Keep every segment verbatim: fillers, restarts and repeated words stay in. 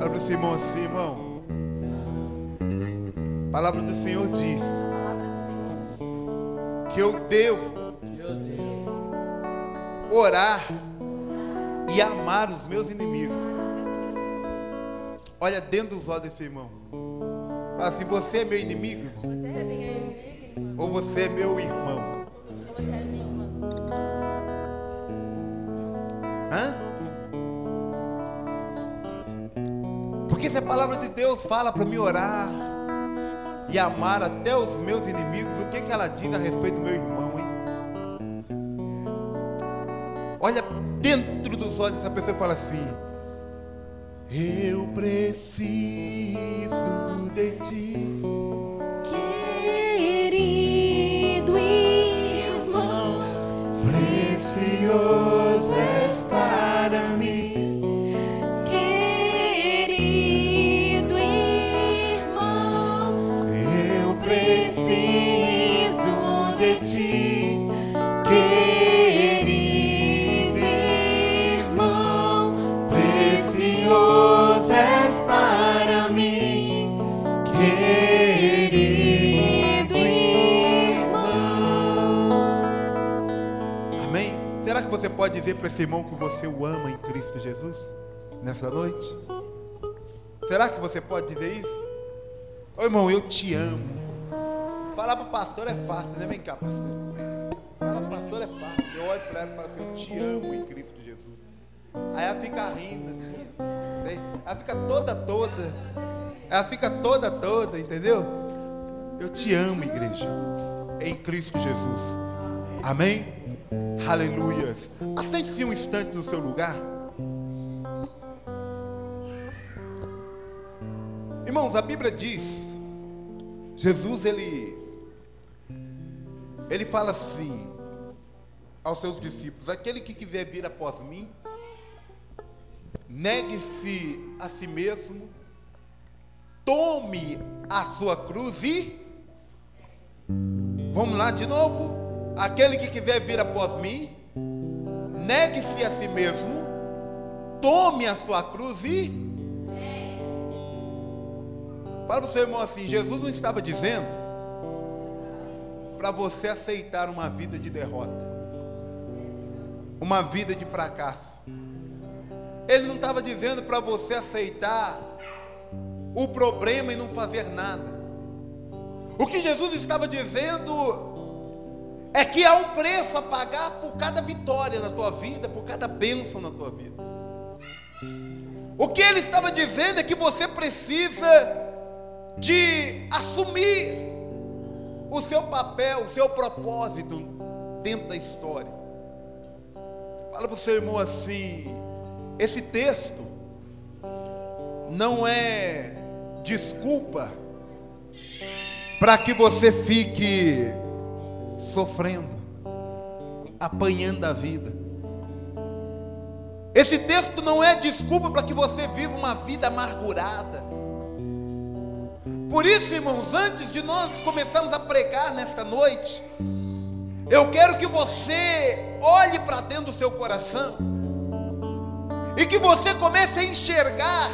Fala para esse irmão assim, irmão. A palavra do Senhor diz que eu devo orar e amar os meus inimigos. Olha dentro dos olhos desse irmão. Fala assim, você é meu inimigo, irmão? Você é minha inimiga, irmão? Ou você é meu irmão? Ou você é minha irmã? Hã? Porque se a palavra de Deus fala para me orar e amar até os meus inimigos, o que, que ela diz a respeito do meu irmão, hein? Olha dentro dos olhos dessa pessoa e fala assim, eu preciso de ti, querido irmão, precioso és para mim. querido irmão, Eu preciso de ti, querido irmão, precioso és para mim, querido irmão. Amém? Será que você pode dizer para esse irmão que você o ama em Cristo Jesus nessa noite? Será que você pode dizer isso? Ô irmão, eu te amo. Falar para o pastor é fácil, né? Vem cá, pastor. Falar para o pastor é fácil. Eu olho para ela e falo que eu te amo em Cristo Jesus. Aí ela fica rindo assim, né? Ela fica toda, toda. Ela fica toda, toda, entendeu? Eu te amo, igreja, em Cristo Jesus. Amém? Aleluias. Assente-se um instante no seu lugar. Irmãos, a Bíblia diz, Jesus, ele, ele fala assim aos seus discípulos, aquele que quiser vir após mim, negue-se a si mesmo, tome a sua cruz e... Vamos lá de novo. Aquele que quiser vir após mim, negue-se a si mesmo, tome a sua cruz e... Fala para o seu irmão assim, Jesus não estava dizendo para você aceitar uma vida de derrota, uma vida de fracasso. Ele não estava dizendo para você aceitar o problema e não fazer nada. O que Jesus estava dizendo é que há um preço a pagar por cada vitória na tua vida, por cada bênção na tua vida. O que ele estava dizendo é que você precisa de assumir o seu papel, o seu propósito dentro da história. Fala para o seu irmão assim, esse texto não é desculpa para que você fique sofrendo, apanhando a vida. Esse texto não é desculpa para que você viva uma vida amargurada. Por isso, irmãos, antes de nós começarmos a pregar nesta noite, eu quero que você olhe para dentro do seu coração e que você comece a enxergar,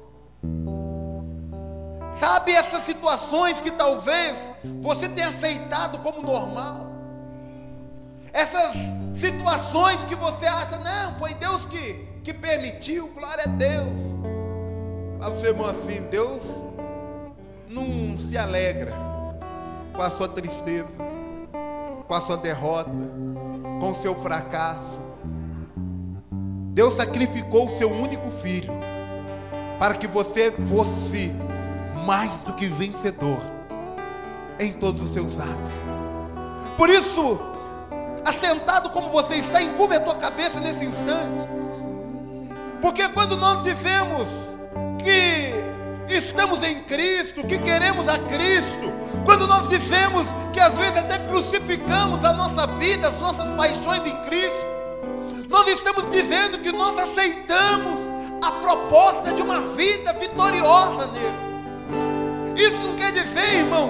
sabe, essas situações que talvez você tenha aceitado como normal, essas situações que você acha, não, foi Deus que, que permitiu, glória a Deus. Mas você, irmão, assim, Deus não se alegra com a sua tristeza, com a sua derrota, com o seu fracasso. Deus sacrificou o seu único filho para que você fosse mais do que vencedor em todos os seus atos. Por isso, assentado como você está, encurva a tua cabeça nesse instante, porque quando nós dizemos que estamos em Cristo, que queremos a Cristo, quando nós dizemos que às vezes até crucificamos a nossa vida, as nossas paixões em Cristo, nós estamos dizendo que nós aceitamos a proposta de uma vida vitoriosa nele. Isso não quer dizer, irmãos,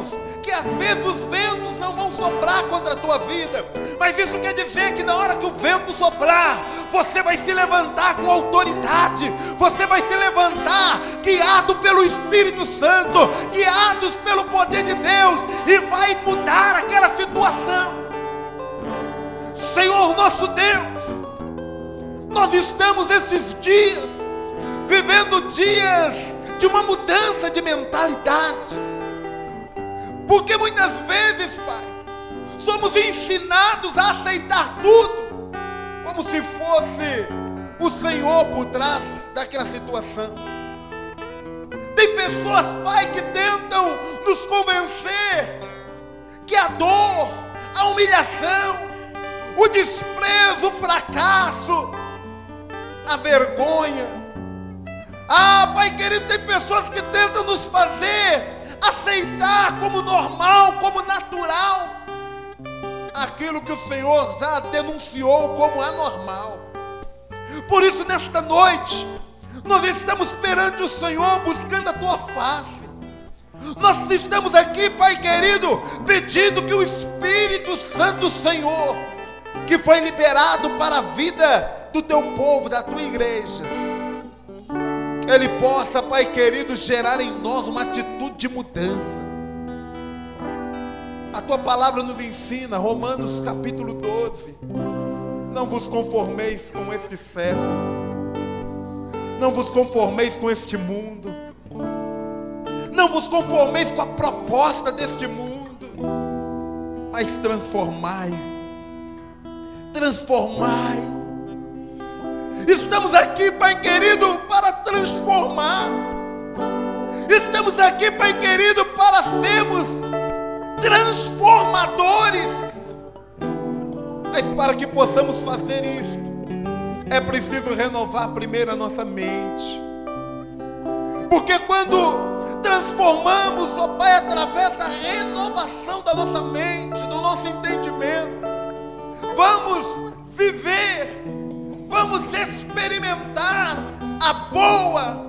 que às vezes os ventos não vão soprar contra a tua vida, mas isso quer dizer que na hora que o vento soprar, você vai se levantar com autoridade, você vai se levantar guiado pelo Espírito Santo, guiados pelo poder de Deus, e vai mudar aquela situação. Senhor nosso Deus, nós estamos esses dias vivendo dias de uma mudança de mentalidade, porque muitas vezes, Pai, somos ensinados a aceitar tudo como se fosse o Senhor por trás daquela situação. Tem pessoas, Pai, que tentam nos convencer que a dor, a humilhação, o desprezo, o fracasso, a vergonha, ah, Pai querido, tem pessoas que tentam nos fazer aceitar como normal, como natural, aquilo que o Senhor já denunciou como anormal. Por isso, nesta noite, nós estamos perante o Senhor, buscando a Tua face. Nós estamos aqui, Pai querido, pedindo que o Espírito Santo do Senhor, que foi liberado para a vida do Teu povo, da Tua igreja, Ele possa, Pai querido, gerar em nós uma atitude de mudança. A Tua palavra nos ensina, Romanos capítulo doze, não vos conformeis com este século, não vos conformeis com este mundo, não vos conformeis com a proposta deste mundo, mas transformai, transformai. Estamos aqui, Pai querido, para transformar. Estamos aqui, Pai querido, para sermos transformadores. Mas para que possamos fazer isso, é preciso renovar primeiro a nossa mente. Porque quando transformamos, ó Pai, através da renovação da nossa mente, do nosso entendimento, vamos viver, vamos experimentar a boa,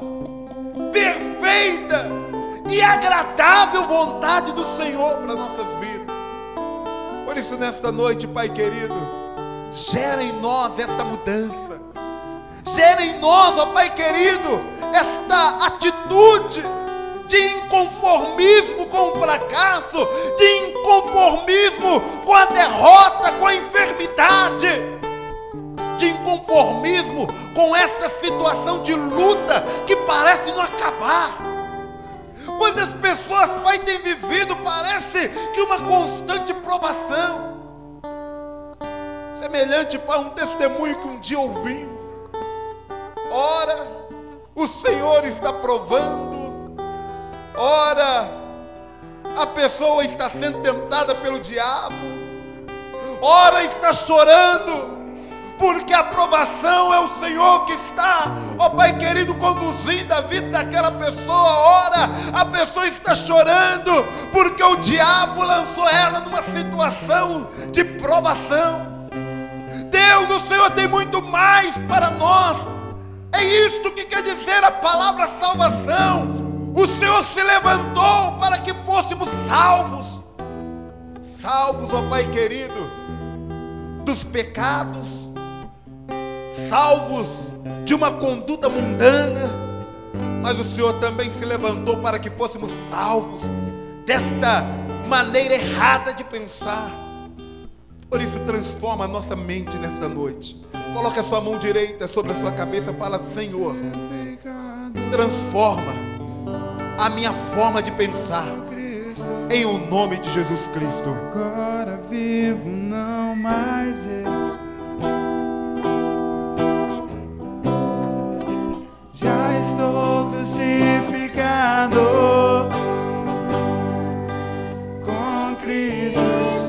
perfeita e agradável vontade do Senhor para nossas vidas. Por isso, nesta noite, Pai querido, gera em nós esta mudança, gera em nós, ó Pai querido, esta atitude de inconformismo com o fracasso, de inconformismo com a derrota, com a enfermidade, de inconformismo com essa situação de luta que parece não acabar. Quantas pessoas, Pai, têm vivido, parece que uma constante provação, semelhante, Pai, a um testemunho que um dia ouvimos. Ora, o Senhor está provando, ora, a pessoa está sendo tentada pelo diabo, ora, está chorando, porque a aprovação é o Senhor que está, ó Pai querido, conduzindo a vida daquela pessoa. Ora, a pessoa está chorando, porque o diabo lançou ela numa situação de provação. Deus, o Senhor tem muito mais para nós. É isto que quer dizer a palavra salvação. O Senhor se levantou para que fôssemos salvos. Salvos, ó Pai querido, dos pecados, salvos de uma conduta mundana, mas o Senhor também se levantou para que fôssemos salvos desta maneira errada de pensar. Por isso, transforma a nossa mente nesta noite. Coloque a sua mão direita sobre a sua cabeça e fala: Senhor, transforma a minha forma de pensar, em o nome de Jesus Cristo. Agora vivo, não mais eu, já estou crucificado com Cristo.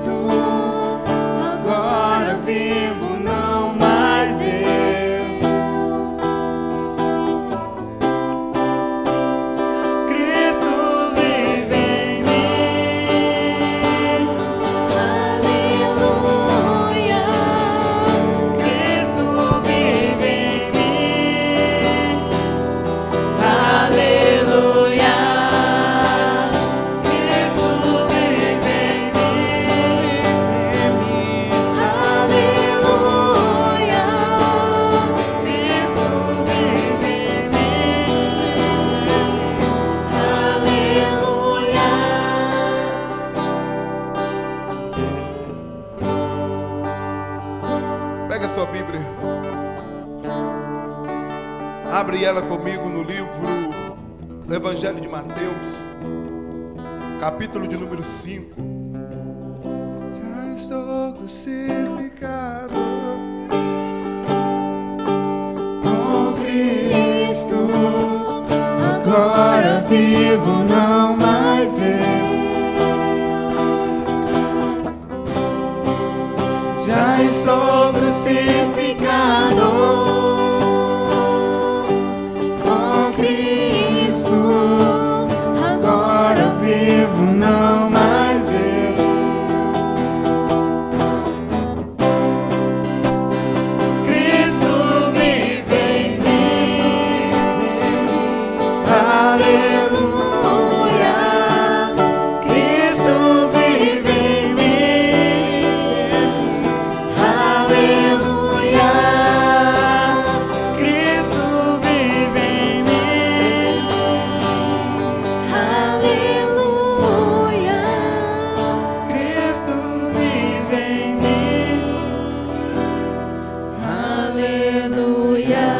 Agora vivo, não mais eu, Cristo vive em mim. Aleluia. Cristo vive em mim. Aleluia. Abre ela comigo no livro do Evangelho de Mateus, capítulo de número cinco. Já estou crucificado com Cristo, agora vivo, não mais eu. Já estou crucificado com Cristo, agora vivo, não mais eu. Cristo vive em mim, aleluia. Cristo vive em mim, aleluia. Cristo vive em mim, Aleluia. Cristo vive em mim, Aleluia.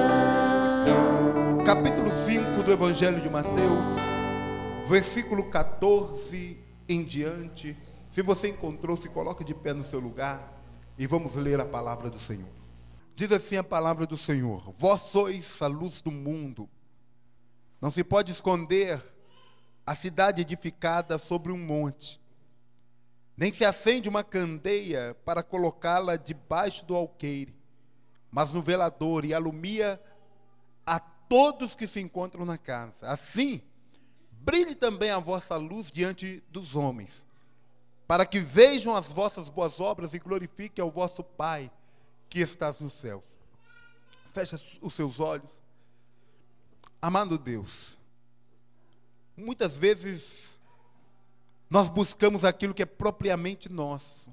Capítulo cinco do Evangelho de Mateus, versículo quatorze em diante. Se você encontrou, se coloque de pé no seu lugar e vamos ler a palavra do Senhor. Diz assim a palavra do Senhor: vós sois a luz do mundo. Não se pode esconder a cidade edificada sobre um monte, nem se acende uma candeia para colocá-la debaixo do alqueire, mas no velador, e alumia a todos que se encontram na casa. Assim, brilhe também a vossa luz diante dos homens, para que vejam as vossas boas obras e glorifiquem ao vosso Pai que estás nos céus. Fecha os seus olhos. Amado Deus, muitas vezes nós buscamos aquilo que é propriamente nosso.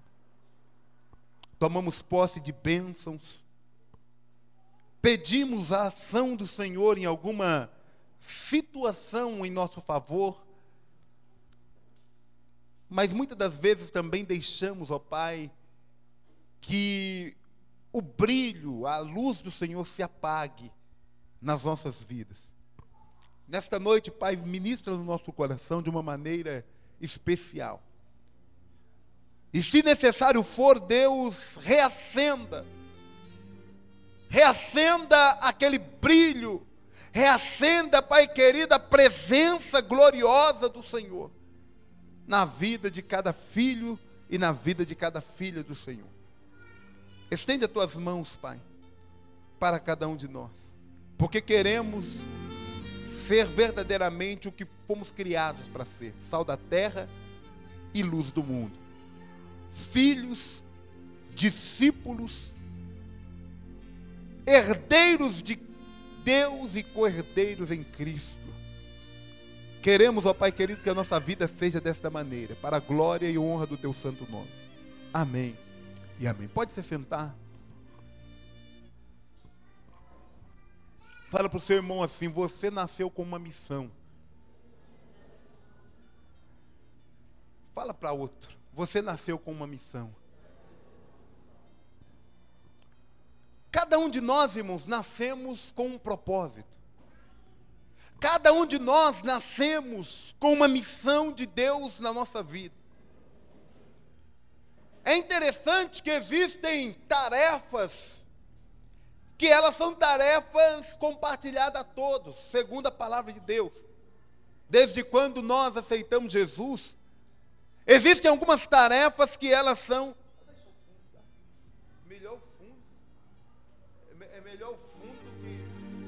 Tomamos posse de bênçãos, pedimos a ação do Senhor em alguma situação em nosso favor, mas muitas das vezes também deixamos, ó Pai, que o brilho, a luz do Senhor se apague nas nossas vidas. Nesta noite, Pai, ministra no nosso coração de uma maneira especial. E se necessário for, Deus, reacenda. Reacenda aquele brilho. Reacenda, Pai querido, a presença gloriosa do Senhor na vida de cada filho e na vida de cada filha do Senhor. Estende as tuas mãos, Pai, para cada um de nós, porque queremos ser verdadeiramente o que fomos criados para ser: sal da terra e luz do mundo. Filhos, discípulos, herdeiros de Deus e co-herdeiros em Cristo. Queremos, ó Pai querido, que a nossa vida seja desta maneira, para a glória e honra do Teu santo nome. Amém e amém. Pode se sentar. Fala para o seu irmão assim: você nasceu com uma missão. Fala para outro: você nasceu com uma missão. Cada um de nós, irmãos, nascemos com um propósito. Cada um de nós nascemos com uma missão de Deus na nossa vida. É interessante que existem tarefas que elas são tarefas compartilhadas a todos, segundo a palavra de Deus. Desde quando nós aceitamos Jesus, existem algumas tarefas que elas são... Melhor o fundo. É melhor o fundo que...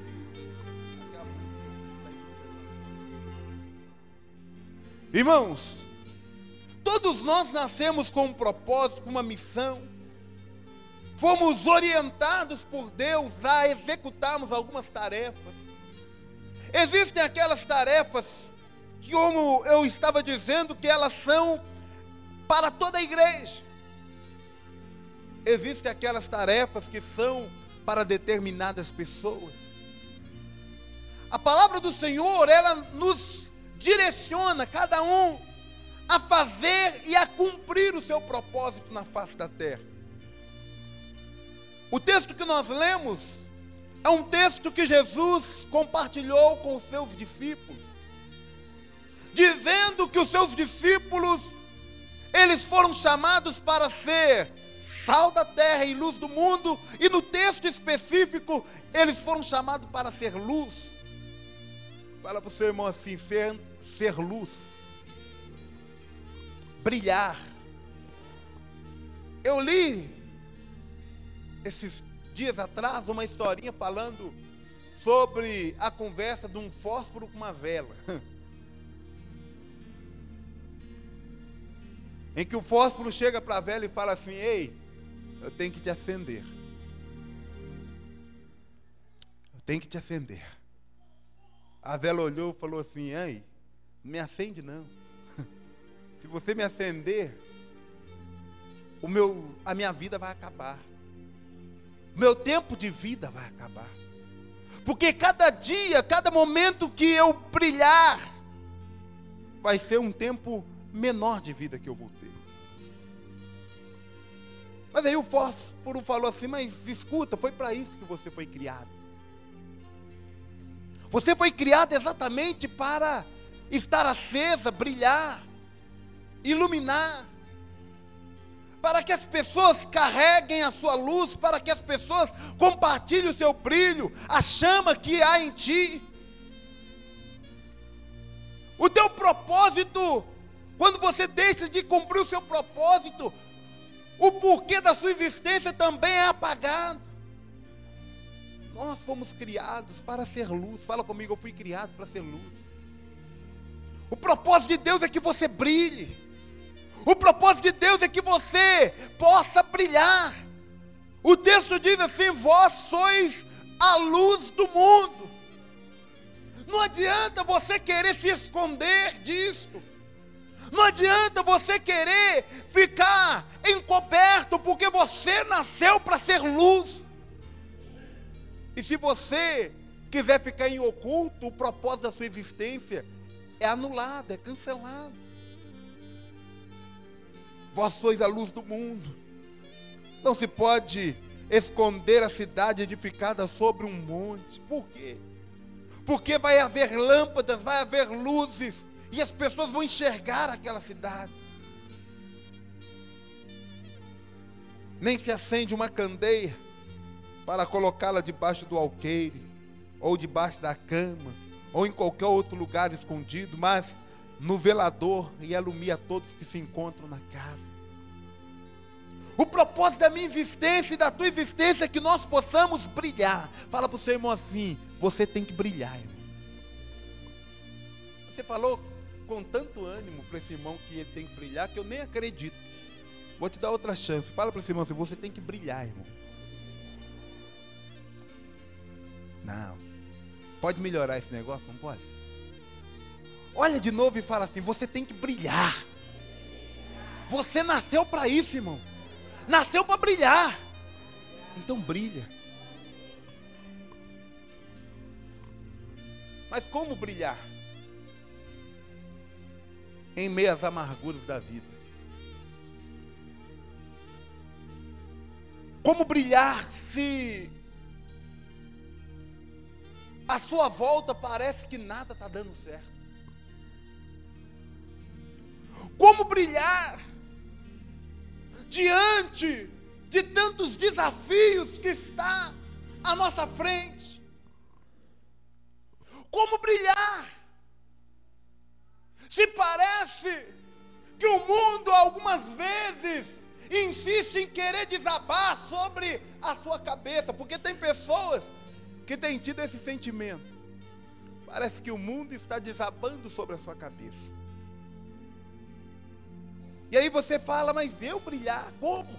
Irmãos, todos nós nascemos com um propósito, com uma missão. Fomos orientados por Deus a executarmos algumas tarefas. Existem aquelas tarefas que, como eu estava dizendo, que elas são para toda a igreja. Existem aquelas tarefas que são para determinadas pessoas. A palavra do Senhor, ela nos direciona, cada um, a fazer e a cumprir o seu propósito na face da terra. O texto que nós lemos É um texto que Jesus compartilhou com os seus discípulos, dizendo que os seus discípulos, eles foram chamados para ser sal da terra e luz do mundo, e no texto específico, eles foram chamados para ser luz. Fala para o seu irmão assim, ser, ser luz, brilhar. Eu li, esses dias atrás, uma historinha falando sobre a conversa de um fósforo com uma vela. Em que o fósforo chega para a vela e fala assim, ei, eu tenho que te acender. Eu tenho que te acender. A vela olhou e falou assim, ei, não me acende não. Se você me acender, o meu, a minha vida vai acabar. Meu tempo de vida vai acabar. Porque cada dia, cada momento que eu brilhar, vai ser um tempo menor de vida que eu vou ter. Mas aí o fósforo falou assim, mas escuta, foi para isso que você foi criado. Você foi criado exatamente para estar acesa, brilhar, iluminar, para que as pessoas carreguem a sua luz, para que as pessoas compartilhem o seu brilho, a chama que há em ti. O teu propósito, quando você deixa de cumprir o seu propósito, o porquê da sua existência também é apagado. Nós fomos criados para ser luz. Fala comigo, eu fui criado para ser luz. O propósito de Deus é que você brilhe. O propósito de Deus é que você possa brilhar. O texto diz assim, vós sois a luz do mundo. Não adianta você querer se esconder disto. Não adianta você querer ficar encoberto, porque você nasceu para ser luz. E se você quiser ficar em oculto, o propósito da sua existência é anulado, é cancelado. Vós sois a luz do mundo. Não se pode esconder a cidade edificada sobre um monte. Por quê? Porque vai haver lâmpadas, vai haver luzes, e as pessoas vão enxergar aquela cidade. Nem se acende uma candeia para colocá-la debaixo do alqueire, ou debaixo da cama, ou em qualquer outro lugar escondido, mas no velador, e alumia todos que se encontram na casa. O propósito da minha existência e da tua existência é que nós possamos brilhar. Fala para o seu irmão assim, você tem que brilhar, irmão. Você falou com tanto ânimo para esse irmão que ele tem que brilhar, que eu nem acredito. Vou te dar outra chance. Fala para esse irmão assim, você tem que brilhar, irmão. Não. Pode melhorar esse negócio, não pode? Olha de novo e fala assim, você tem que brilhar. Você nasceu para isso, irmão. Nasceu para brilhar. Então brilha. Mas como brilhar? Em meio às amarguras da vida. Como brilhar se à sua volta parece que nada está dando certo? Como brilhar diante de tantos desafios que está à nossa frente? Como brilhar se parece que o mundo algumas vezes insiste em querer desabar sobre a sua cabeça? Porque tem pessoas que têm tido esse sentimento. Parece que o mundo está desabando sobre a sua cabeça. E aí você fala, mas eu brilhar, como?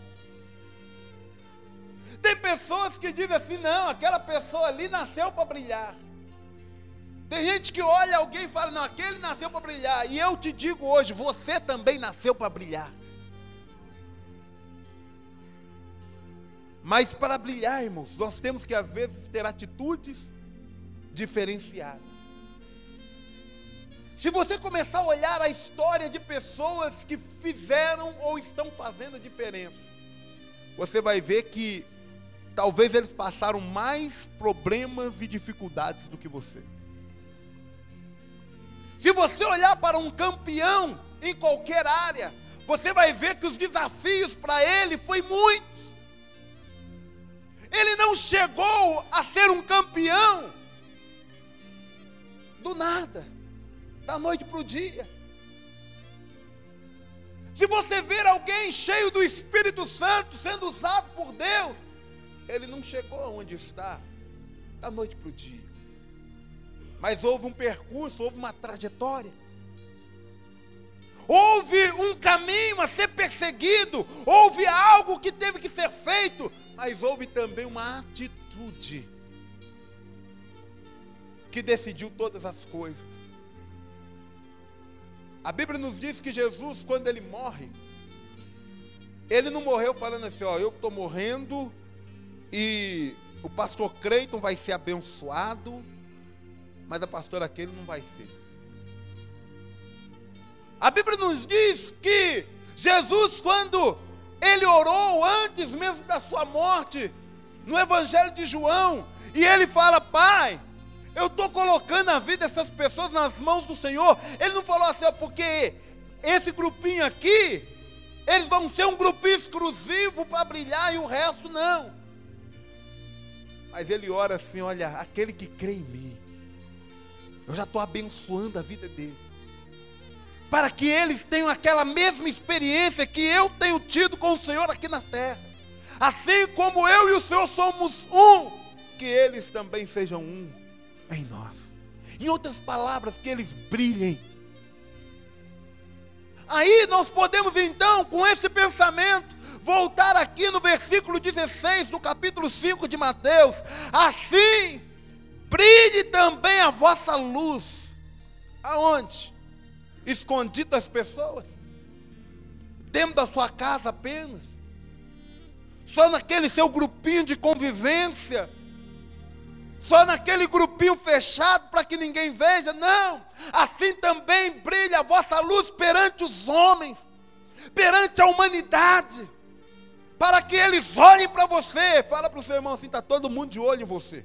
Tem pessoas que dizem assim, não, aquela pessoa ali nasceu para brilhar. Tem gente que olha alguém e fala, não, aquele nasceu para brilhar. E eu te digo hoje, você também nasceu para brilhar. Mas para brilhar, irmãos, nós temos que às vezes ter atitudes diferenciadas. Se você começar a olhar a história de pessoas que fizeram ou estão fazendo a diferença, você vai ver que talvez eles passaram mais problemas e dificuldades do que você. Se você olhar para um campeão em qualquer área, você vai ver que os desafios para ele foi muitos. Ele não chegou a ser um campeão do nada, da noite para o dia. Se você ver alguém cheio do Espírito Santo sendo usado por Deus, ele não chegou aonde está da noite para o dia. Mas houve um percurso, houve uma trajetória. Houve um caminho a ser perseguido, houve algo que teve que ser feito, mas houve também uma atitude que decidiu todas as coisas. A Bíblia nos diz que Jesus, quando ele morre, ele não morreu falando assim, ó, eu estou morrendo e o pastor Creiton vai ser abençoado, mas a pastora aquele não vai ser. A Bíblia nos diz que Jesus, quando ele orou antes mesmo da sua morte, no Evangelho de João, e ele fala, Pai, eu estou colocando a vida dessas pessoas nas mãos do Senhor. Ele não falou assim, ó, porque esse grupinho aqui, eles vão ser um grupinho exclusivo para brilhar e o resto não. Mas ele ora assim, olha, aquele que crê em mim, eu já estou abençoando a vida dele, para que eles tenham aquela mesma experiência que eu tenho tido com o Senhor aqui na terra. Assim como eu e o Senhor somos um, que eles também sejam um em nós. Em outras palavras, que eles brilhem. Aí nós podemos então, com esse pensamento, voltar aqui no versículo dezesseis do capítulo cinco de Mateus. Assim, brilhe também a vossa luz. Aonde? Escondido das pessoas? Dentro da sua casa apenas? Só naquele seu grupinho de convivência? Só naquele grupinho fechado para que ninguém veja? Não! Assim também brilha a vossa luz perante os homens, perante a humanidade, para que eles olhem para você. Fala para o seu irmão assim, está todo mundo de olho em você.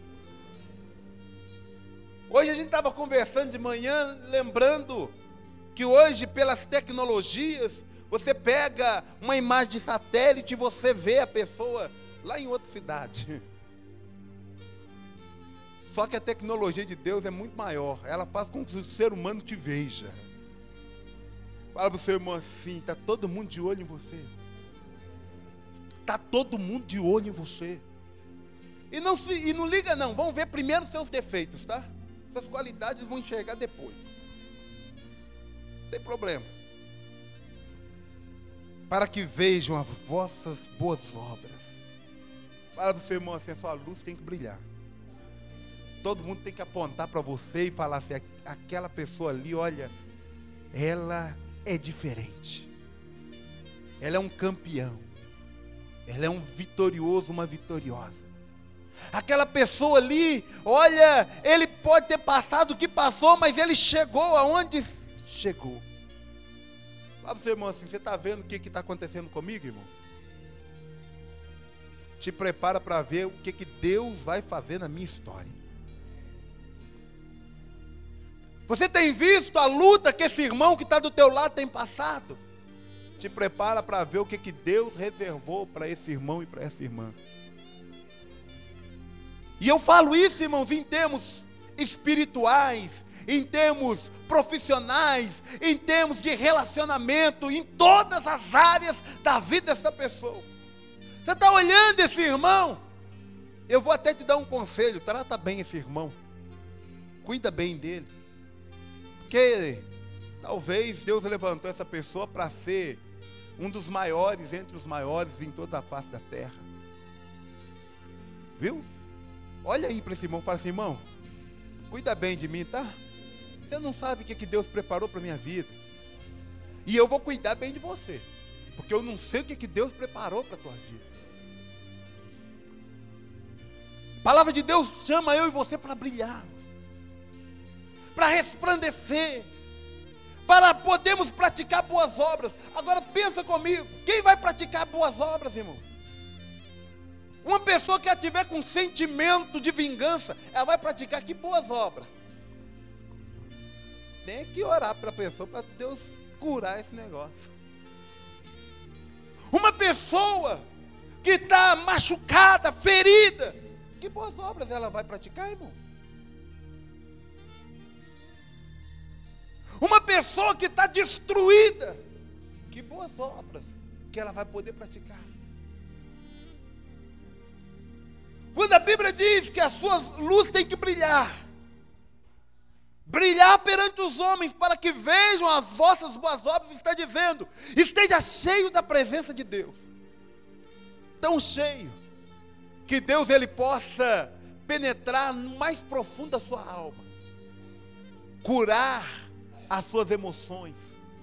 Hoje a gente estava conversando de manhã, lembrando que hoje, pelas tecnologias, você pega uma imagem de satélite e você vê a pessoa lá em outra cidade. Só que a tecnologia de Deus é muito maior. Ela faz com que o ser humano te veja. Fala para o seu irmão assim, está todo mundo de olho em você. Está todo mundo de olho em você. E não, se, e não liga não, vão ver primeiro seus defeitos, tá? Suas qualidades vão enxergar depois. Não tem problema. Para que vejam as vossas boas obras. Fala para o seu irmão assim, a sua luz tem que brilhar. Todo mundo tem que apontar para você e falar assim, aquela pessoa ali, olha, ela é diferente. Ela é um campeão. Ela é um vitorioso, uma vitoriosa. Aquela pessoa ali, olha, ele pode ter passado o que passou, mas ele chegou aonde chegou. Fala para o seu irmão assim, você está vendo o que está acontecendo comigo, irmão? Te prepara para ver o que, que Deus vai fazer na minha história. Você tem visto a luta que esse irmão que está do teu lado tem passado? Te prepara para ver o que, que Deus reservou para esse irmão e para essa irmã. E eu falo isso, irmãos, em termos espirituais, em termos profissionais, em termos de relacionamento, em todas as áreas da vida dessa pessoa. Você está olhando esse irmão? Eu vou até te dar um conselho, trata bem esse irmão. Cuida bem dele. Porque talvez Deus levantou essa pessoa para ser um dos maiores entre os maiores em toda a face da terra. Viu? Olha aí para esse irmão e fala assim, irmão, cuida bem de mim, tá? Você não sabe o que, que Deus preparou para a minha vida. E eu vou cuidar bem de você. Porque eu não sei o que, que Deus preparou para a tua vida. A palavra de Deus chama eu e você para brilhar, para resplandecer, para podermos praticar boas obras. Agora pensa comigo, quem vai praticar boas obras, irmão? Uma pessoa que tiver com sentimento de vingança, ela vai praticar que boas obras. Tem que orar para a pessoa, para Deus curar esse negócio. Uma pessoa que está machucada, ferida, que boas obras ela vai praticar, irmão? Uma pessoa que está destruída, que boas obras que ela vai poder praticar? Quando a Bíblia diz que a sua luz tem que brilhar, brilhar perante os homens, para que vejam as vossas boas obras, está dizendo, esteja cheio da presença de Deus, tão cheio, que Deus ele possa penetrar no mais profundo da sua alma, curar as suas emoções,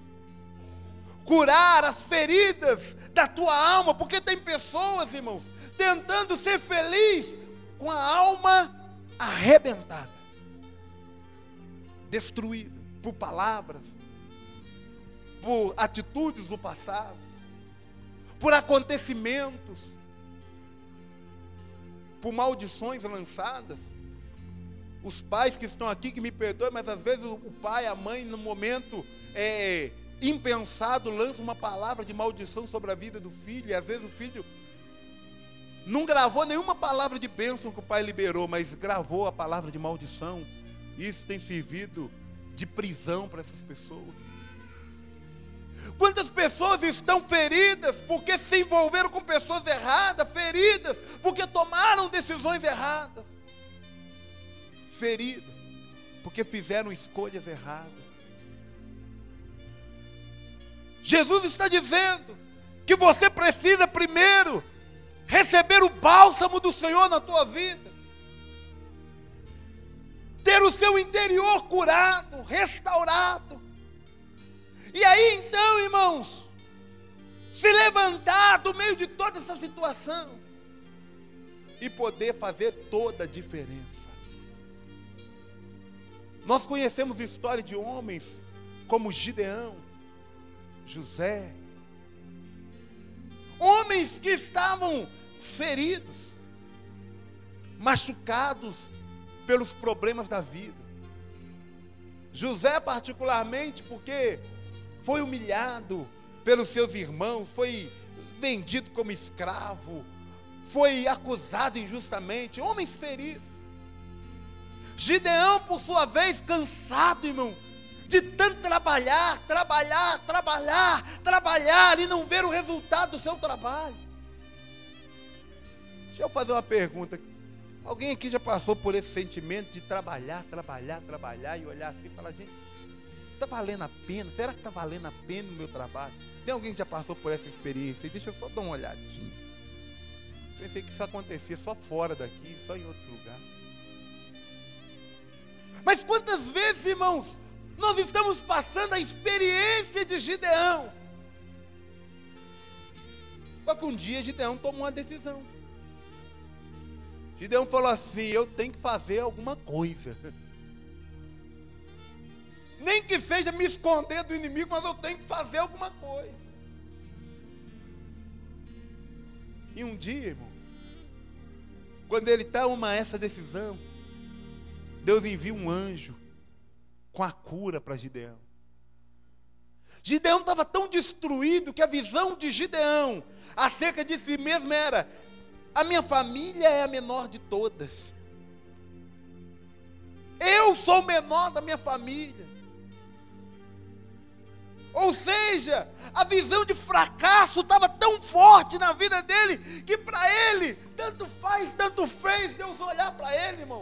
curar as feridas da tua alma, porque tem pessoas, irmãos, tentando ser feliz com a alma arrebentada, destruída por palavras, por atitudes do passado, por acontecimentos, por maldições lançadas. Os pais que estão aqui, que me perdoem, mas às vezes o pai, a mãe, no momento é, impensado, lança uma palavra de maldição sobre a vida do filho, e às vezes o filho não gravou nenhuma palavra de bênção que o pai liberou, mas gravou a palavra de maldição. Isso tem servido de prisão para essas pessoas. Quantas pessoas estão feridas porque se envolveram com pessoas erradas, feridas porque tomaram decisões erradas, feridas porque fizeram escolhas erradas. Jesus está dizendo que você precisa primeiro receber o bálsamo do Senhor na tua vida, ter o seu interior curado, restaurado, e aí então, irmãos, se levantar do meio de toda essa situação e poder fazer toda a diferença. Nós conhecemos a história de homens como Gideão, José, homens que estavam feridos, machucados pelos problemas da vida. José particularmente porque foi humilhado pelos seus irmãos, foi vendido como escravo, foi acusado injustamente, homens feridos. Gideão, por sua vez, cansado, irmão, de tanto trabalhar, trabalhar, trabalhar, trabalhar e não ver o resultado do seu trabalho. Deixa eu fazer uma pergunta. Alguém aqui já passou por esse sentimento de trabalhar, trabalhar, trabalhar e olhar assim e falar, gente, está valendo a pena? Será que está valendo a pena o meu trabalho? Tem alguém que já passou por essa experiência? Deixa eu só dar uma olhadinha. Pensei que isso acontecia só fora daqui, só em outros lugares. Mas quantas vezes, irmãos, nós estamos passando a experiência de Gideão? Só que um dia Gideão tomou uma decisão. Gideão falou assim, eu tenho que fazer alguma coisa. Nem que seja me esconder do inimigo, mas eu tenho que fazer alguma coisa. E um dia, irmãos, quando ele toma essa decisão, Deus envia um anjo com a cura para Gideão. Gideão estava tão destruído que a visão de Gideão acerca de si mesmo era: a minha família é a menor de todas. Eu sou o menor da minha família. Ou seja, a visão de fracasso estava tão forte na vida dele, que para ele, tanto faz, tanto fez Deus olhar para ele, irmão.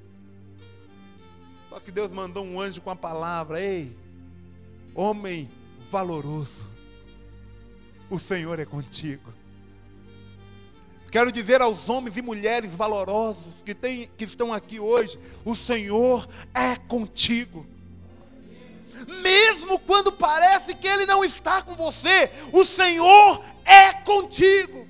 Só que Deus mandou um anjo com a palavra: ei, homem valoroso, o Senhor é contigo. Quero dizer aos homens e mulheres valorosos que, tem, que estão aqui hoje, o Senhor é contigo. Mesmo quando parece que Ele não está com você, o Senhor é contigo.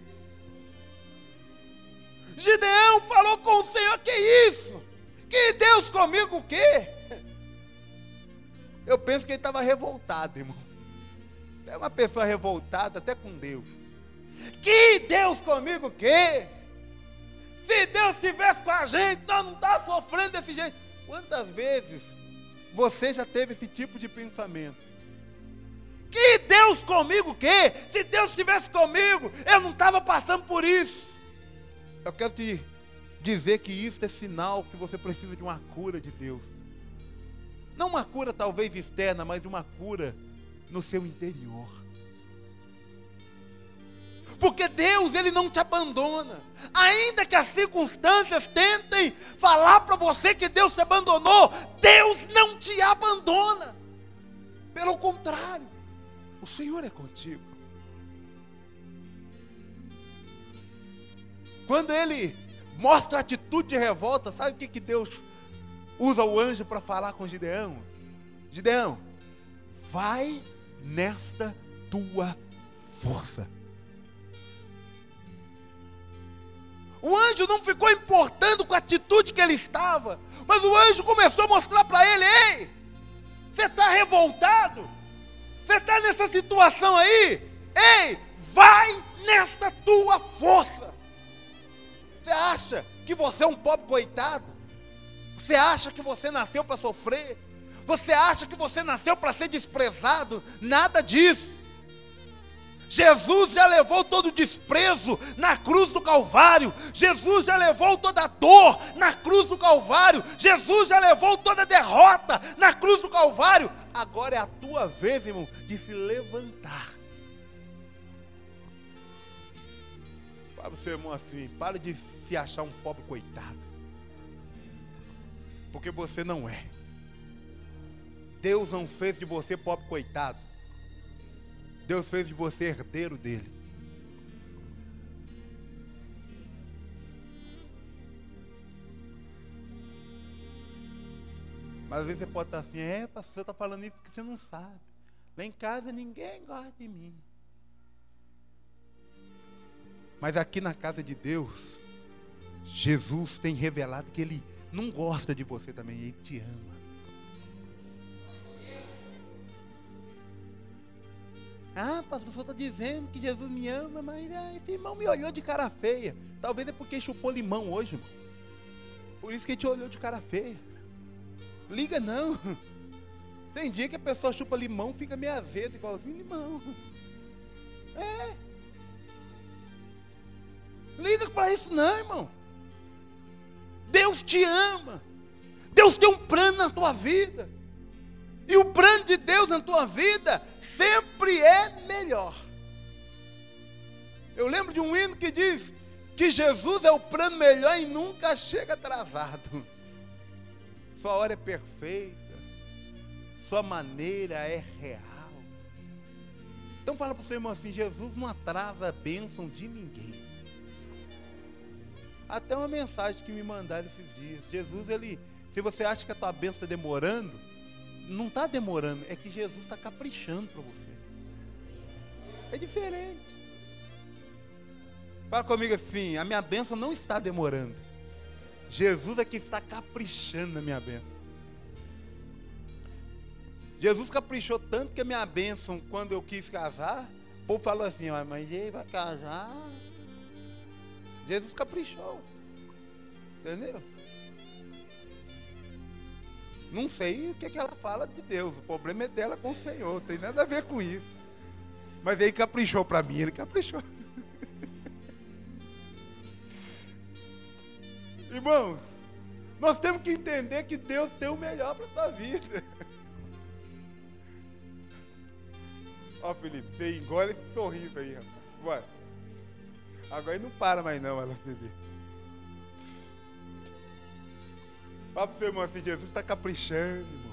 Gideão falou com o Senhor: que isso? Que Deus comigo o quê? Eu penso que ele estava revoltado, irmão. É uma pessoa revoltada até com Deus. Que Deus comigo o quê? Se Deus estivesse com a gente, nós não estávamos sofrendo desse jeito. Quantas vezes você já teve esse tipo de pensamento? Que Deus comigo o quê? Se Deus estivesse comigo, eu não estava passando por isso. Eu quero te dizer que isso é sinal que você precisa de uma cura de Deus. Não uma cura talvez externa, mas de uma cura no seu interior. Porque Deus, Ele não te abandona. Ainda que as circunstâncias tentem falar para você que Deus te abandonou, Deus não te abandona. Pelo contrário, o Senhor é contigo. Quando Ele mostra a atitude de revolta, sabe o que, que Deus usa o anjo para falar com Gideão? Gideão, vai nesta tua força. O anjo não ficou importando com a atitude que ele estava, mas o anjo começou a mostrar para ele: ei, você está revoltado? Você está nessa situação aí? Ei, vai nesta tua força. Você acha que você é um pobre coitado? Você acha que você nasceu para sofrer? Você acha que você nasceu para ser desprezado? Nada disso. Jesus já levou todo o desprezo na cruz do Calvário. Jesus já levou toda a dor na cruz do Calvário. Jesus já levou toda a derrota na cruz do Calvário. Agora é a tua vez, irmão, de se levantar. Para o seu irmão assim, para de se achar um pobre coitado. Porque você não é. Deus não fez de você pobre coitado. Deus fez de você herdeiro dele. Mas às vezes você pode estar assim: é, pastor, você está falando isso porque você não sabe. Lá em casa ninguém gosta de mim. Mas aqui na casa de Deus, Jesus tem revelado que Ele não gosta de você também, Ele te ama. Ah, pastor, o senhor está dizendo que Jesus me ama, mas ah, esse irmão me olhou de cara feia. Talvez é porque chupou limão hoje, irmão. Por isso que ele te olhou de cara feia. Liga não. Tem dia que a pessoa chupa limão, fica meio azedo, igualzinho limão. É. Liga para isso não, irmão. Deus te ama. Deus tem um plano na tua vida. E o plano de Deus na tua vida sempre é melhor. Eu lembro de um hino que diz que Jesus é o plano melhor e nunca chega atrasado. Sua hora é perfeita, sua maneira é real. Então fala para o seu irmão assim: Jesus não atrasa a bênção de ninguém. Até uma mensagem que me mandaram esses dias: Jesus, ele, se você acha que a tua bênção está demorando, não está demorando, é que Jesus está caprichando para você. É diferente. Fala comigo assim: a minha bênção não está demorando. Jesus é que está caprichando na minha bênção. Jesus caprichou tanto que a minha bênção, quando eu quis casar, o povo falou assim: ó, mas ele vai casar. Jesus caprichou. Entendeu? Não sei o que, que ela fala de Deus. O problema é dela com o Senhor. Não tem nada a ver com isso. Mas ele caprichou para mim. Ele caprichou. Irmãos, nós temos que entender que Deus tem o melhor para a tua vida. Ó, Felipe, você engole esse sorriso aí, rapaz. Bora. Agora ele não para mais não, ela bebê. Fala pro seu irmão assim: Jesus está caprichando, irmão.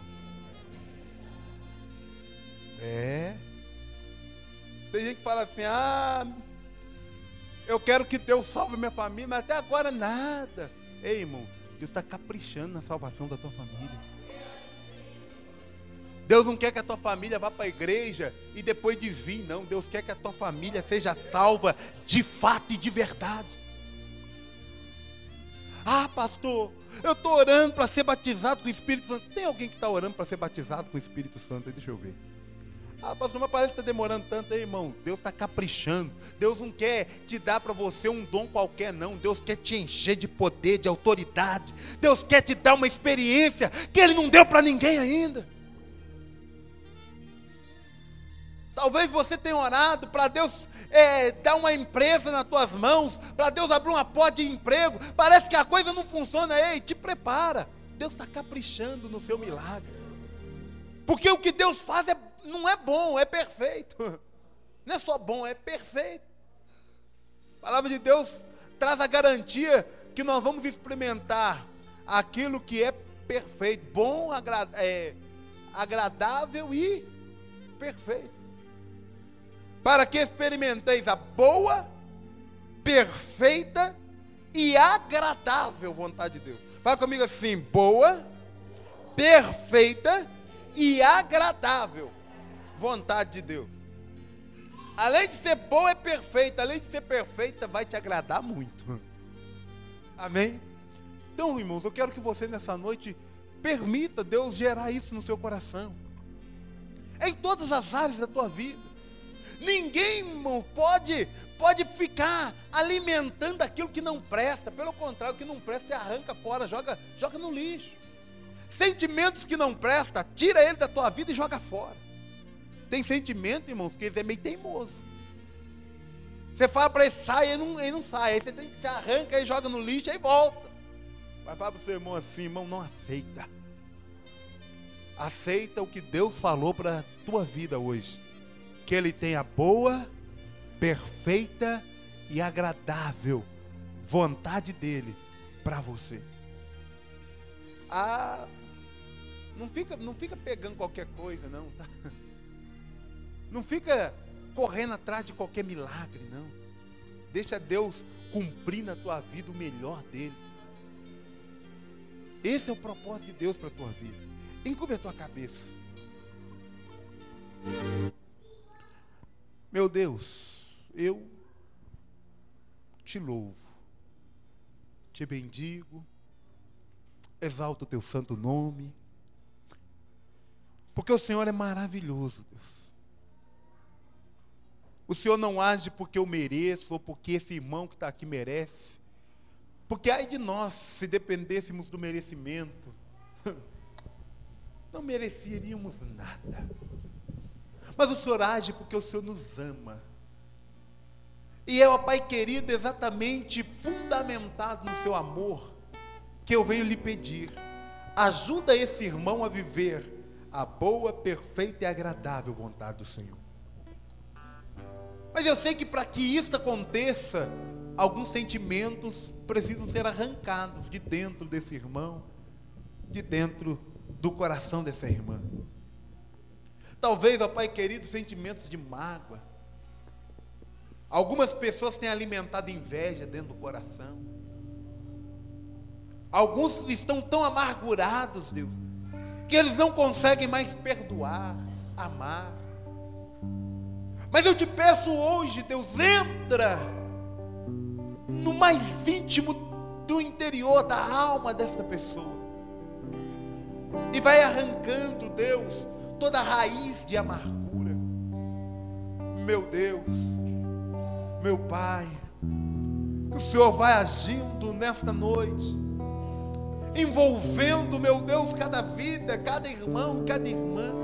É. Tem gente que fala assim: ah, eu quero que Deus salve minha família, mas até agora nada. Ei, irmão, Deus está caprichando na salvação da tua família. Deus não quer que a tua família vá para a igreja e depois desvie, não. Deus quer que a tua família seja salva de fato e de verdade. Ah, pastor, eu estou orando para ser batizado com o Espírito Santo. Tem alguém que está orando para ser batizado com o Espírito Santo? Deixa eu ver. Ah, pastor, mas parece que está demorando tanto aí, irmão. Deus está caprichando. Deus não quer te dar para você um dom qualquer, não. Deus quer te encher de poder, de autoridade. Deus quer te dar uma experiência que Ele não deu para ninguém ainda. Talvez você tenha orado para Deus é, dar uma empresa nas tuas mãos, para Deus abrir uma porta de emprego. Parece que a coisa não funciona. Ei, te prepara. Deus está caprichando no seu milagre. Porque o que Deus faz é, não é bom, é perfeito. Não é só bom, é perfeito. A palavra de Deus traz a garantia que nós vamos experimentar aquilo que é perfeito, bom, agra é, agradável e perfeito. Para que experimenteis a boa, perfeita e agradável vontade de Deus. Fala comigo assim: boa, perfeita e agradável vontade de Deus. Além de ser boa, é perfeita. Além de ser perfeita, vai te agradar muito. Amém? Então, irmãos, eu quero que você nessa noite permita Deus gerar isso no seu coração. Em todas as áreas da tua vida. Ninguém, irmão, pode, pode ficar alimentando aquilo que não presta. Pelo contrário, o que não presta, você arranca fora, joga, joga no lixo. Sentimentos que não prestam, tira ele da tua vida e joga fora. Tem sentimento, irmãos, que ele é meio teimoso. Você fala para ele, sai, ele não, ele não sai. Aí você tem que se arranca e joga no lixo, aí volta. Mas fala para o seu irmão assim: irmão, não aceita. Aceita o que Deus falou para a tua vida hoje. Que Ele tem a boa, perfeita e agradável vontade dEle para você. Ah, não fica, não fica pegando qualquer coisa, não. Tá? Não fica correndo atrás de qualquer milagre, não. Deixa Deus cumprir na tua vida o melhor dEle. Esse é o propósito de Deus para a tua vida. Encurva a tua cabeça. Meu Deus, eu te louvo, te bendigo, exalto o teu santo nome, porque o Senhor é maravilhoso, Deus. O Senhor não age porque eu mereço, ou porque esse irmão que está aqui merece, porque ai de nós, se dependêssemos do merecimento, não mereceríamos nada. Mas o Senhor age porque o Senhor nos ama. E é, ó Pai querido, exatamente fundamentado no seu amor, que eu venho lhe pedir. Ajuda esse irmão a viver a boa, perfeita e agradável vontade do Senhor. Mas eu sei que para que isso aconteça, alguns sentimentos precisam ser arrancados de dentro desse irmão, de dentro do coração dessa irmã. Talvez, ó Pai querido, sentimentos de mágoa. Algumas pessoas têm alimentado inveja dentro do coração. Alguns estão tão amargurados, Deus, que eles não conseguem mais perdoar, amar. Mas eu te peço hoje, Deus, entra no mais íntimo do interior da alma desta pessoa e vai arrancando, Deus, toda raiz de amargura. Meu Deus, meu Pai, que o Senhor vai agindo nesta noite, envolvendo, meu Deus, cada vida, cada irmão, cada irmã.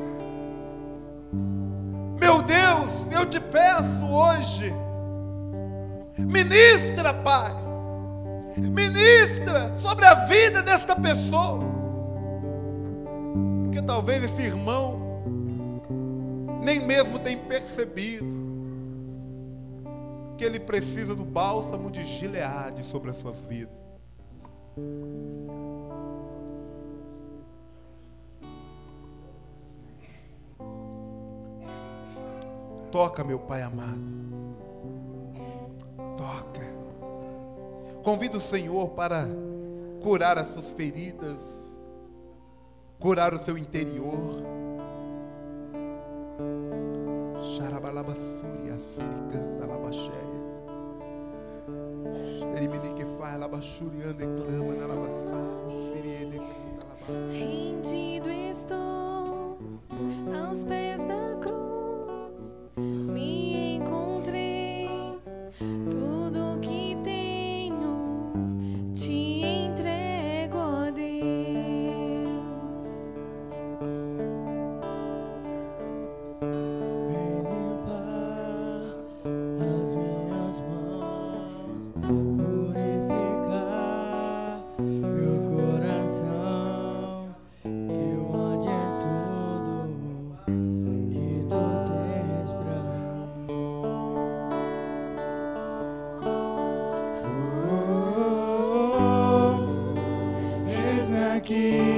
Meu Deus, eu te peço hoje, ministra, Pai, ministra sobre a vida desta pessoa, porque talvez esse irmão nem mesmo tenha percebido que ele precisa do bálsamo de Gileade sobre as suas vidas. Toca, meu Pai amado, toca. Convido o Senhor para curar as suas feridas, curar o seu interior. Xarabalabassuri, assiricanda, labaxéia. Xeriminique faz, labaxuri, anda e clama, nalabassá, siriede, canta, labaxéia. Rendido estou aos pés da cruz.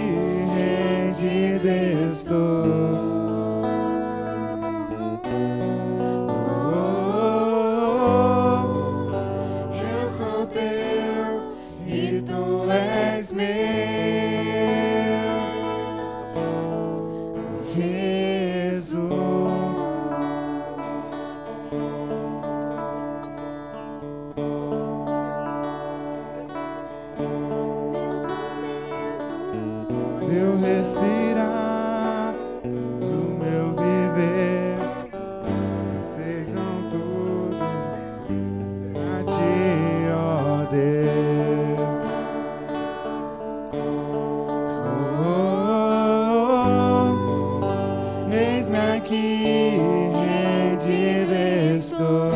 rendido estou. Meu respirar, no meu viver, sejam tudo pra ti, ó Deus. Oh, oh, oh, eis-me aqui, rendido estou.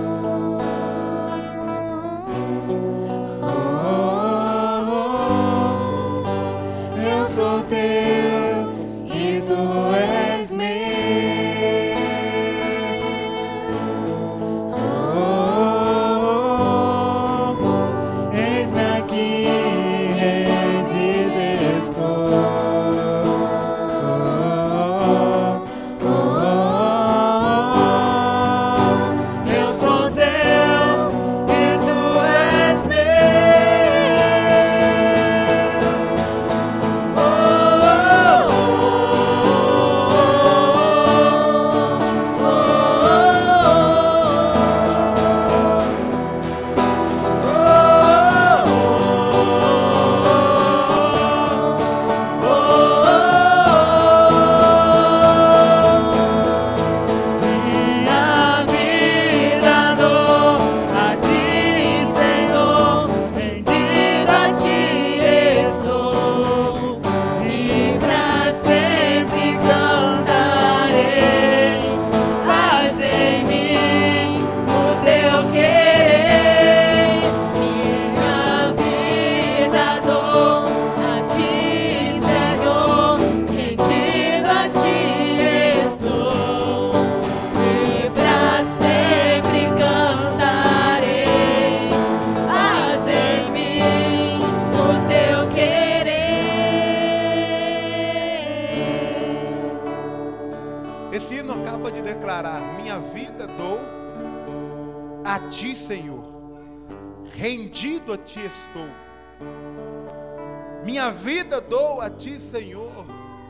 Esse hino acaba de declarar: minha vida dou a ti, Senhor, rendido a ti estou. Minha vida dou a ti, Senhor,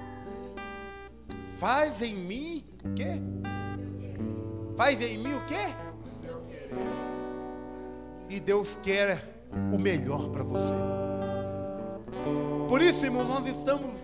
faz em mim o quê? Faz em mim o quê? E Deus quer o melhor para você. Por isso, irmãos, nós estamos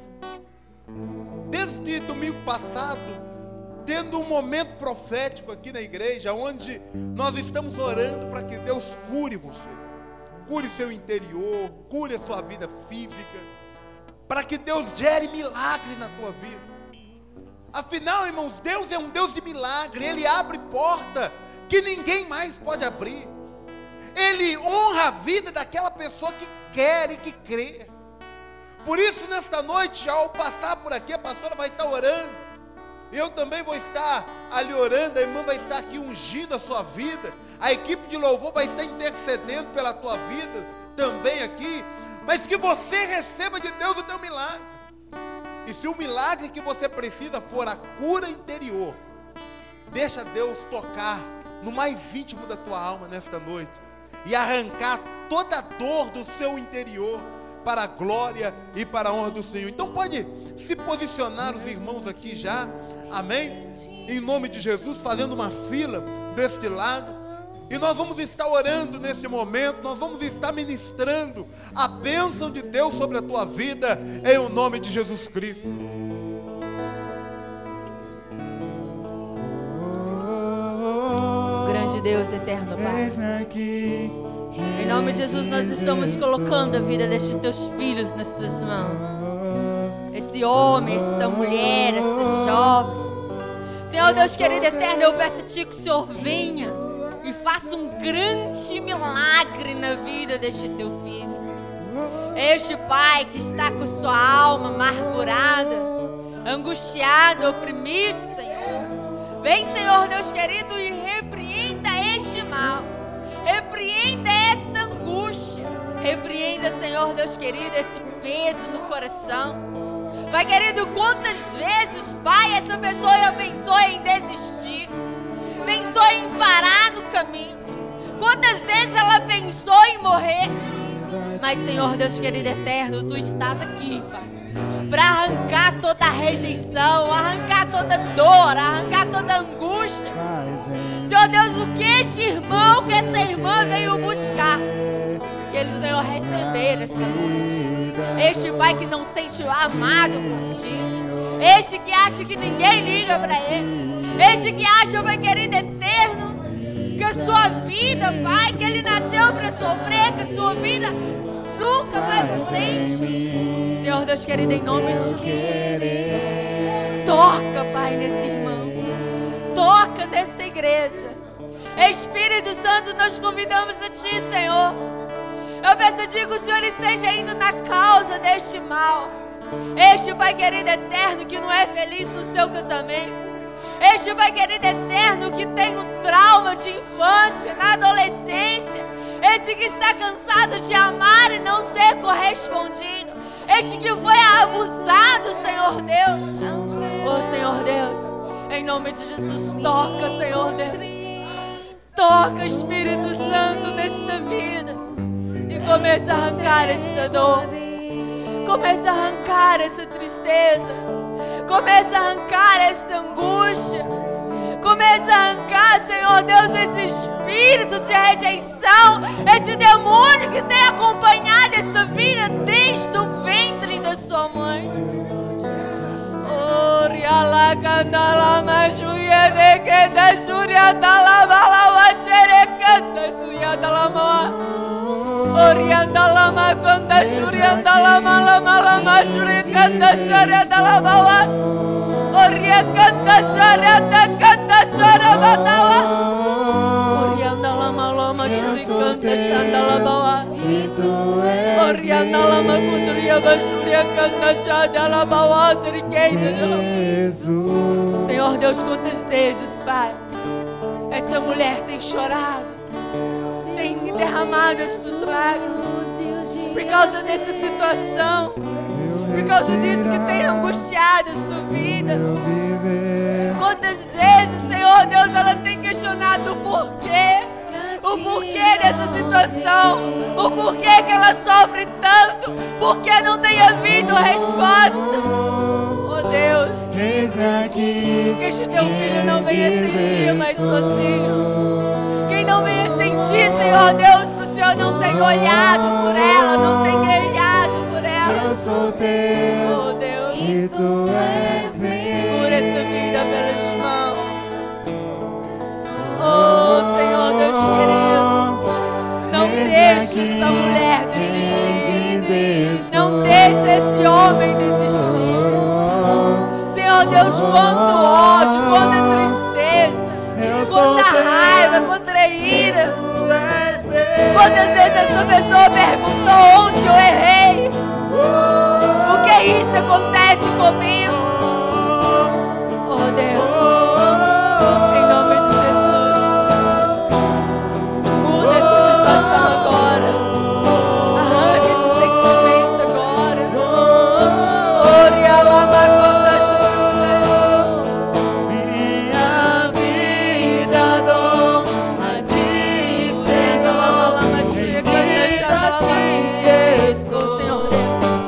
desde domingo passado tendo um momento profético aqui na igreja, onde nós estamos orando para que Deus cure você, cure seu interior, cure a sua vida física, para que Deus gere milagre na tua vida. Afinal, irmãos, Deus é um Deus de milagre. Ele abre porta que ninguém mais pode abrir. Ele honra a vida daquela pessoa que quer e que crê. Por isso, nesta noite, ao passar por aqui, a pastora vai estar orando. Eu também vou estar ali orando, a irmã vai estar aqui ungindo a sua vida, a equipe de louvor vai estar intercedendo pela tua vida, também aqui, mas que você receba de Deus o teu milagre. E se o milagre que você precisa for a cura interior, deixa Deus tocar no mais íntimo da tua alma nesta noite, e arrancar toda a dor do seu interior, para a glória e para a honra do Senhor. Então pode se posicionar os irmãos aqui já, amém? Em nome de Jesus, fazendo uma fila deste lado, e nós vamos estar orando neste momento, nós vamos estar ministrando a bênção de Deus sobre a tua vida, em o nome de Jesus Cristo. Grande Deus, eterno Pai, em nome de Jesus, nós estamos colocando a vida destes teus filhos nas tuas mãos. Esse homem, esta mulher, esse jovem. Senhor Deus querido eterno, eu peço a Ti que o Senhor venha e faça um grande milagre na vida deste teu filho. Este pai que está com sua alma amargurada, angustiado, oprimido, Senhor. Vem, Senhor Deus querido, e repreenda este mal. Repreenda esta angústia. Repreenda, Senhor Deus querido, esse peso no coração. Pai querido, quantas vezes, Pai, essa pessoa pensou em desistir, pensou em parar no caminho, quantas vezes ela pensou em morrer. Mas, Senhor Deus querido eterno, Tu estás aqui, Pai, para arrancar toda a rejeição, arrancar toda dor, arrancar toda angústia. Senhor Deus, o que este irmão, que essa irmã veio buscar, que eles venham receber esta noite. Este pai que não sente amado por Ti, este que acha que ninguém liga para ele, este que acha, Pai querido eterno, que a sua vida, Pai, que ele nasceu para sofrer, que a sua vida nunca vai para frente. Senhor Deus querido, em nome de Jesus, toca, Pai, nesse irmão, toca nesta igreja. Espírito Santo, nós convidamos a Ti, Senhor. Eu peço a Ti que o Senhor esteja indo na causa deste mal. Este Pai querido eterno que não é feliz no seu casamento. Este Pai querido eterno que tem um trauma de infância, na adolescência. Esse que está cansado de amar e não ser correspondido. Este que foi abusado, Senhor Deus. Oh, Senhor Deus, em nome de Jesus, toca, Senhor Deus. Toca, Espírito Santo, nesta vida. E começa a arrancar esta dor. Começa a arrancar essa tristeza. Começa a arrancar esta angústia. Começa a arrancar, Senhor Deus, esse espírito de rejeição, esse demônio que tem acompanhado esta vida desde o ventre da sua mãe. Oh, riala candala majuia de que da juria da la bala xerecanda suya da la ma. Orianda la ma conda jurianda la mala mala majurecanda saria da la bawa. Orianda saria da canda saria batawa. Orianda la mala majurecanda shanda la bawa. Orianda la ma conduria bajuria canda shanda la bawa triqueida de la. Senhor Deus, quantas vezes, Pai, essa mulher tem chorado, tem derramado as suas lágrimas por causa dessa situação, por causa disso que tem angustiado a sua vida. Quantas vezes, Senhor Deus, ela tem questionado o porquê, o porquê dessa situação, o porquê que ela sofre tanto, porque não tem havido resposta. Oh Deus, que este teu filho não venha sentir mais sozinho. Quem não venha sentir, Senhor Deus, que o Senhor não tem olhado por ela, não tem olhado por ela. Oh Deus, segura essa vida pelas mãos. Oh Senhor Deus querido, não deixe essa mulher desistir, não deixe esse homem desistir. Senhor Deus, quanto ódio, quanta tristeza, quanta raiva, quanta ira. Quantas vezes essa pessoa perguntou onde eu errei? Por que isso acontece comigo? Oh Deus, em nome de Jesus, muda essa situação agora. Arranca esse sentimento agora. Oria lama conda Minha vida dou a Ti, Senhor. Oh Senhor Deus,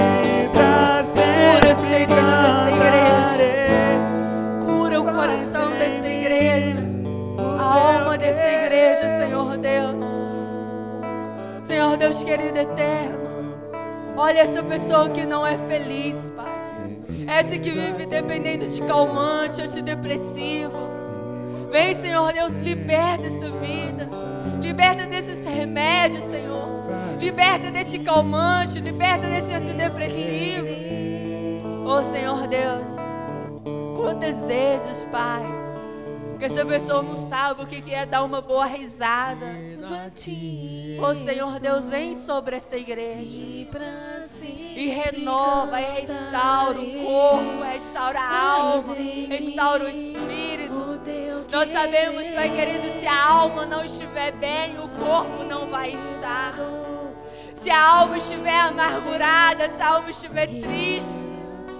cura, Senhor, desta igreja. Cura o coração desta igreja, a alma desta igreja, Senhor Deus. Senhor Deus querido eterno, olha essa pessoa que não é feliz, Pai. Essa que vive dependendo de calmante, antidepressivo. Vem, Senhor Deus, liberta essa vida. Liberta desses remédios, Senhor. Liberta deste calmante, liberta deste antidepressivo. Oh, Senhor Deus, quantas vezes, Pai, que essa pessoa não sabe o que é dar uma boa risada. Oh, Senhor Deus, vem sobre esta igreja e renova, e restaura o corpo, restaura a alma, restaura o espírito. Nós sabemos, Pai querido, se a alma não estiver bem, o corpo não vai estar. Se a alma estiver amargurada, se a alma estiver triste,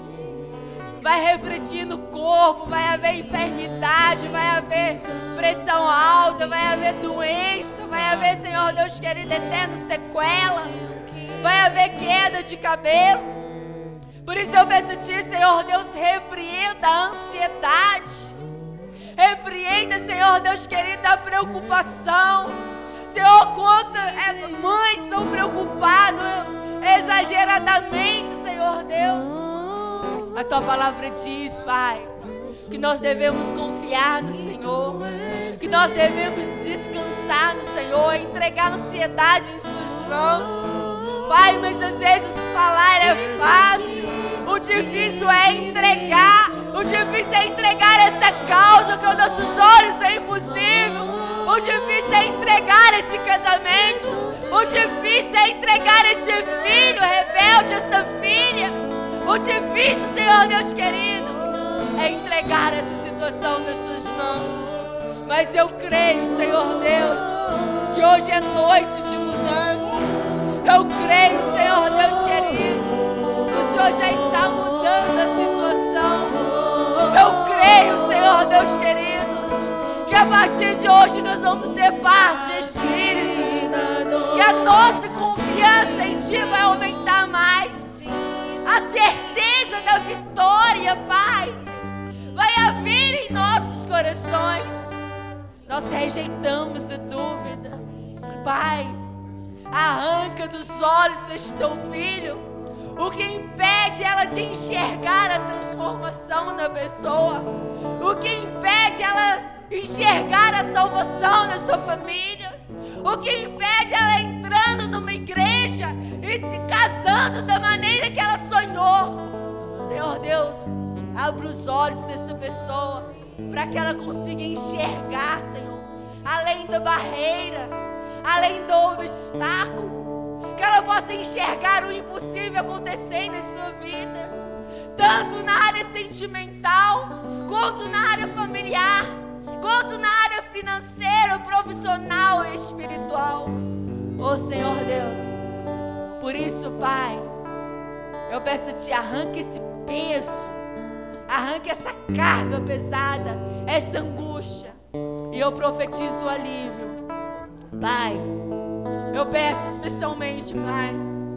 vai refletir no corpo, vai haver enfermidade, vai haver pressão alta, vai haver doença, vai haver, Senhor Deus querido, eterno sequela, vai haver queda de cabelo. Por isso eu peço a Ti, Senhor Deus, repreenda a ansiedade, repreenda, Senhor Deus querido, a preocupação. Senhor, quantas mães estão preocupadas exageradamente, Senhor Deus. A Tua palavra diz, Pai, que nós devemos confiar no Senhor, que nós devemos descansar no Senhor, entregar a ansiedade em Suas mãos. Pai, mas às vezes falar é fácil, o difícil é entregar, o difícil é entregar essa causa que aos nossos olhos é impossível. O difícil é entregar esse casamento. O difícil é entregar esse filho rebelde, esta filha. O difícil, Senhor Deus querido, é entregar essa situação nas Suas mãos. Mas eu creio, Senhor Deus, que hoje é noite de mudança. Eu creio, Senhor Deus querido, que o Senhor já está mudando a situação. Eu creio, Senhor Deus querido, que a partir de hoje nós vamos ter paz de espírito, que a nossa confiança em Ti vai aumentar mais, a certeza da vitória, Pai, vai haver em nossos corações. Nós rejeitamos a dúvida, Pai, arranca dos olhos deste Teu filho o que impede ela de enxergar a transformação da pessoa, o que impede ela enxergar a salvação da sua família, o que impede ela entrando numa igreja e casando da maneira que ela sonhou. Senhor Deus, abre os olhos dessa pessoa para que ela consiga enxergar, Senhor, além da barreira, além do obstáculo, que ela possa enxergar o impossível acontecendo em sua vida, tanto na área sentimental, quanto na área familiar, quanto na área financeira, profissional e espiritual. Oh Senhor Deus, por isso, Pai, eu peço a Ti, arranque esse peso, arranque essa carga pesada, essa angústia, e eu profetizo o alívio. Pai, eu peço especialmente, Pai,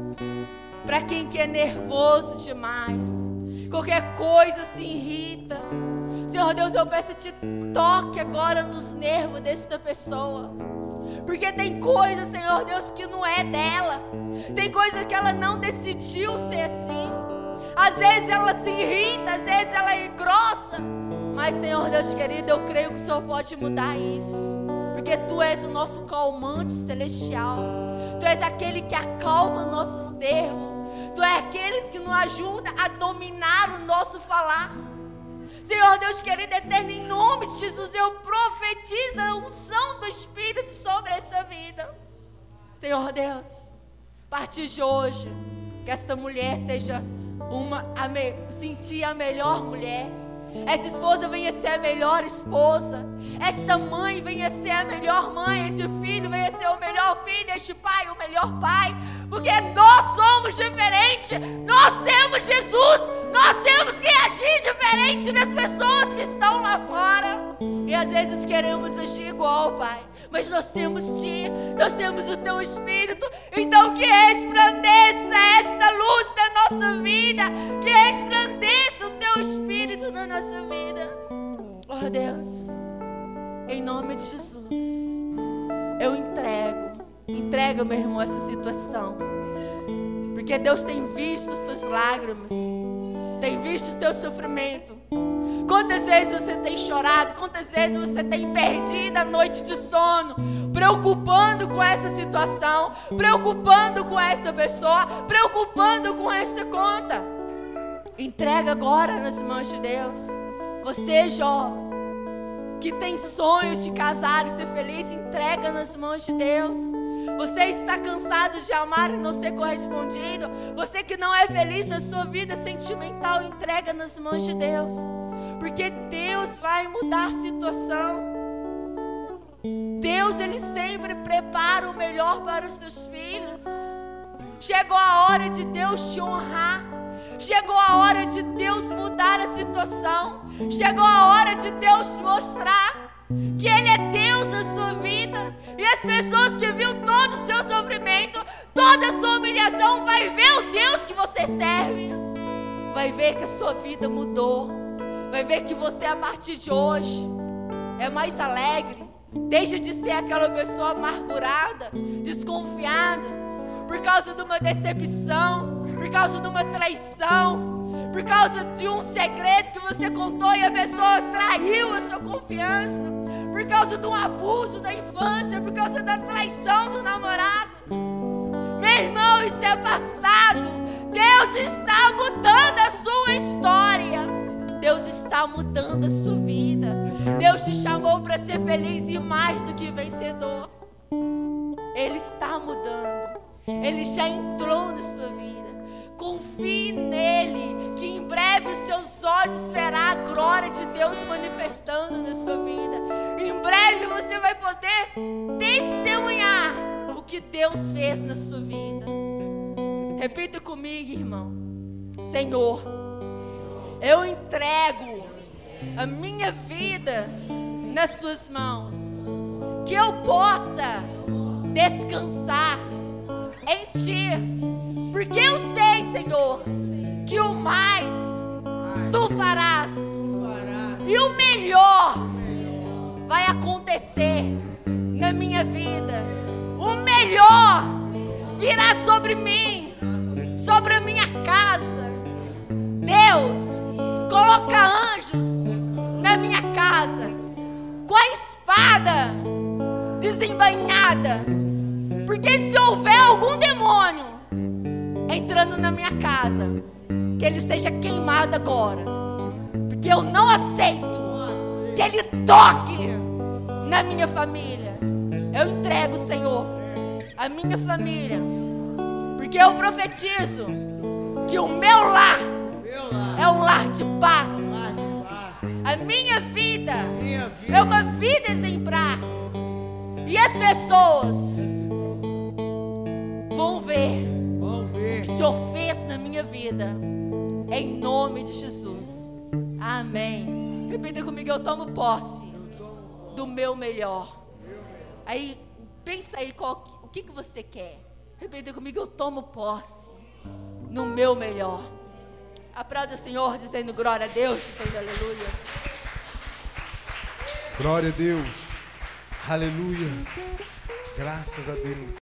para quem que é nervoso demais, qualquer coisa se irrita, Senhor Deus, eu peço a Ti, toque agora nos nervos desta pessoa, porque tem coisa, Senhor Deus, que não é dela, tem coisa que ela não decidiu ser assim. Às vezes ela se irrita, às vezes ela é grossa, mas Senhor Deus querido, eu creio que o Senhor pode mudar isso, porque Tu és o nosso calmante celestial, Tu és aquele que acalma nossos nervos, Tu és aquele que nos ajuda a dominar o nosso falar. Senhor Deus querido, eterno, em nome de Jesus, eu profetizo a unção do Espírito sobre essa vida. Senhor Deus, a partir de hoje, que esta mulher seja uma, a me, sentir a melhor mulher. Essa esposa venha ser a melhor esposa. Esta mãe venha ser a melhor mãe. Esse filho venha ser o melhor filho. Este pai o melhor pai. Porque nós somos diferentes. Nós temos Jesus. Nós temos que agir diferente das pessoas que estão lá fora. E às vezes queremos agir igual, Pai, mas nós temos Ti, nós temos o Teu Espírito. Então que resplandeça esta luz da nossa vida, que resplandeça o Teu Espírito na nossa vida. Oh Deus, em nome de Jesus, eu entrego, entrego, meu irmão, essa situação, porque Deus tem visto as suas lágrimas, tem visto o teu sofrimento. Quantas vezes você tem chorado, quantas vezes você tem perdido a noite de sono, preocupando com essa situação, preocupando com esta pessoa, preocupando com esta conta. Entrega agora nas mãos de Deus. Você, jovem, que tem sonhos de casar e ser feliz, entrega nas mãos de Deus. Você está cansado de amar e não ser correspondido, você que não é feliz na sua vida sentimental, entrega nas mãos de Deus, porque Deus vai mudar a situação. Deus, Ele sempre prepara o melhor para os seus filhos. Chegou a hora de Deus te honrar. Chegou a hora de Deus mudar a situação. Chegou a hora de Deus mostrar que Ele é Deus na sua vida. E as pessoas que viu todo o seu sofrimento, toda a sua humilhação, vai ver o Deus que você serve. Vai ver que a sua vida mudou. Vai ver que você, a partir de hoje, é mais alegre. Deixa de ser aquela pessoa amargurada, desconfiada, por causa de uma decepção, por causa de uma traição, por causa de um segredo que você contou e a pessoa traiu a sua confiança, por causa de um abuso da infância, por causa da traição do namorado. Meu irmão, isso é passado. Deus está mudando a sua história. Deus está mudando a sua vida. Deus te chamou para ser feliz e mais do que vencedor. Ele está mudando. Ele já entrou na sua vida. Confie nele, que em breve os seus olhos verão a glória de Deus manifestando na sua vida. Em breve você vai poder testemunhar o que Deus fez na sua vida. Repita comigo, irmão. Senhor, eu entrego a minha vida nas suas mãos, que eu possa descansar em Ti, porque eu sei, Senhor, que o mais Tu farás, e o melhor vai acontecer na minha vida. O melhor virá sobre mim, sobre a minha casa. Deus, coloca anjos na minha casa, com a espada desembainhada, porque se houver algum demônio entrando na minha casa, que ele seja queimado agora, porque eu não aceito que ele toque na minha família. Eu entrego, Senhor, a minha família, porque eu profetizo que o meu lar é um lar de paz. A minha vida é uma vida exemplar. E as pessoas vão ver o que o Senhor fez na minha vida. Em nome de Jesus. Amém. Repita comigo, eu tomo posse do meu melhor. Aí, pensa aí qual, o que, que você quer. Repita comigo, eu tomo posse no meu melhor. Aplauda o Senhor, dizendo glória a Deus, dizendo aleluia. Glória a Deus. Aleluia. Graças a Deus.